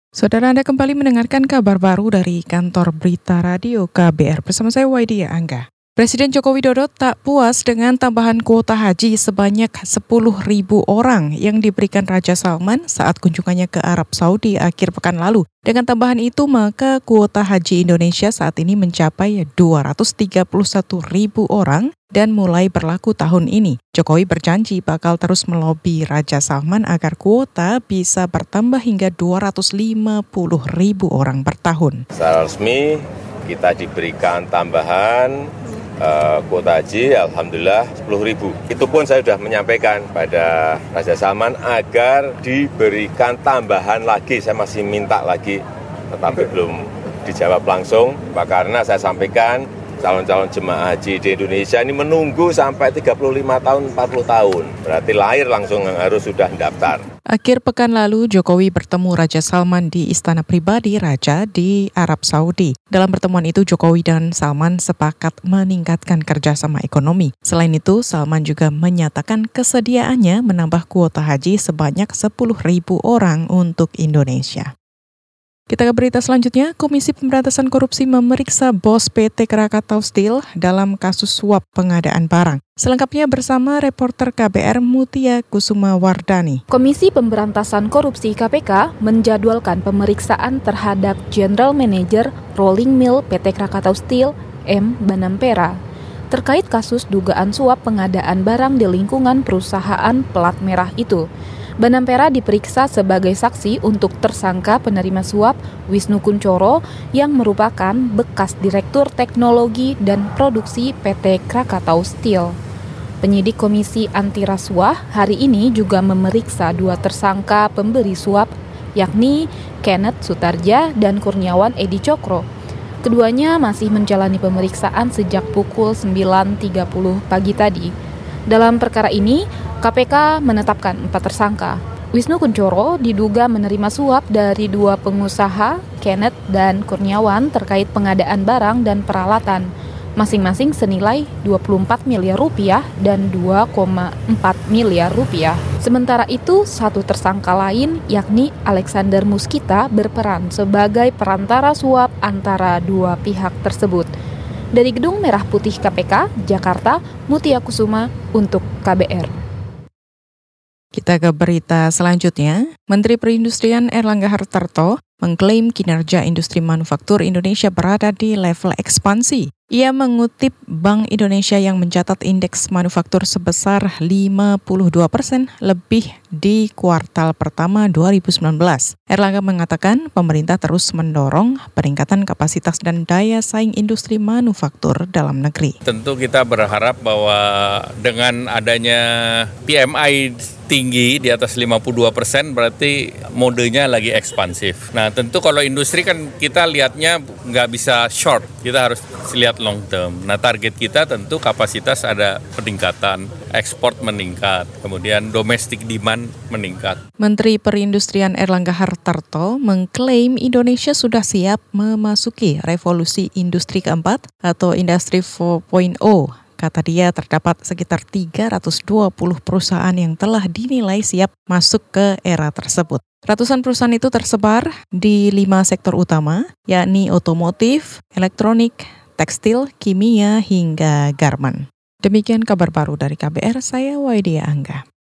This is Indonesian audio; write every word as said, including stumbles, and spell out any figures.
Saudara, Anda kembali mendengarkan kabar baru dari kantor berita radio K B R bersama saya Waidia Angga. Presiden Joko Widodo tak puas dengan tambahan kuota haji sebanyak sepuluh ribu orang yang diberikan Raja Salman saat kunjungannya ke Arab Saudi akhir pekan lalu. Dengan tambahan itu, maka kuota haji Indonesia saat ini mencapai dua ratus tiga puluh satu ribu orang dan mulai berlaku tahun ini. Jokowi berjanji bakal terus melobi Raja Salman agar kuota bisa bertambah hingga dua ratus lima puluh ribu orang per tahun. Secara resmi kita diberikan tambahan uh, kuota haji, alhamdulillah sepuluh ribu. Itu pun saya sudah menyampaikan pada Raja Salman agar diberikan tambahan lagi. Saya masih minta lagi, tetapi belum dijawab langsung. Karena saya sampaikan calon-calon jemaah haji di Indonesia ini menunggu sampai tiga puluh lima tahun, empat puluh tahun. Berarti lahir langsung harus sudah daftar. Akhir pekan lalu, Jokowi bertemu Raja Salman di istana pribadi Raja di Arab Saudi. Dalam pertemuan itu, Jokowi dan Salman sepakat meningkatkan kerjasama ekonomi. Selain itu, Salman juga menyatakan kesediaannya menambah kuota haji sebanyak sepuluh ribu orang untuk Indonesia. Kita ke berita selanjutnya, Komisi Pemberantasan Korupsi memeriksa bos P T Krakatau Steel dalam kasus suap pengadaan barang. Selengkapnya bersama reporter K B R Mutia Kusuma Wardani. Komisi Pemberantasan Korupsi K P K menjadwalkan pemeriksaan terhadap General Manager Rolling Mill P T Krakatau Steel M. Banampera terkait kasus dugaan suap pengadaan barang di lingkungan perusahaan pelat merah itu. Banampera diperiksa sebagai saksi untuk tersangka penerima suap Wisnu Kuncoro yang merupakan bekas Direktur Teknologi dan Produksi P T Krakatau Steel. Penyidik Komisi Anti Rasuah hari ini juga memeriksa dua tersangka pemberi suap, yakni Kenneth Sutarja dan Kurniawan Edi Cokro. Keduanya masih menjalani pemeriksaan sejak pukul sembilan tiga puluh pagi tadi. Dalam perkara ini, K P K menetapkan empat tersangka. Wisnu Kuncoro diduga menerima suap dari dua pengusaha, Kenneth dan Kurniawan, terkait pengadaan barang dan peralatan, masing-masing senilai dua puluh empat miliar rupiah dan dua koma empat miliar rupiah. Sementara itu, satu tersangka lain, yakni Alexander Muskita, berperan sebagai perantara suap antara dua pihak tersebut. Dari Gedung Merah Putih K P K, Jakarta, Mutia Kusuma untuk K B R. Kita ke berita selanjutnya. Menteri Perindustrian Erlangga Hartarto mengklaim kinerja industri manufaktur Indonesia berada di level ekspansi. Ia mengutip Bank Indonesia yang mencatat indeks manufaktur sebesar lima puluh dua persen lebih di kuartal pertama dua ribu sembilan belas. Erlangga mengatakan pemerintah terus mendorong peningkatan kapasitas dan daya saing industri manufaktur dalam negeri. Tentu kita berharap bahwa dengan adanya P M I tinggi di atas lima puluh dua persen berarti modenya lagi ekspansif. Nah tentu kalau industri kan kita lihatnya nggak bisa short, kita harus lihat long term. Nah target kita tentu kapasitas ada peningkatan, ekspor meningkat, kemudian domestic demand meningkat. Menteri Perindustrian Erlangga Hartarto mengklaim Indonesia sudah siap memasuki revolusi industri keempat atau Industri empat titik nol. Kata dia, terdapat sekitar tiga ratus dua puluh perusahaan yang telah dinilai siap masuk ke era tersebut. Ratusan perusahaan itu tersebar di lima sektor utama, yakni otomotif, elektronik, tekstil, kimia, hingga garmen. Demikian kabar baru dari K B R, saya Waidia Angga.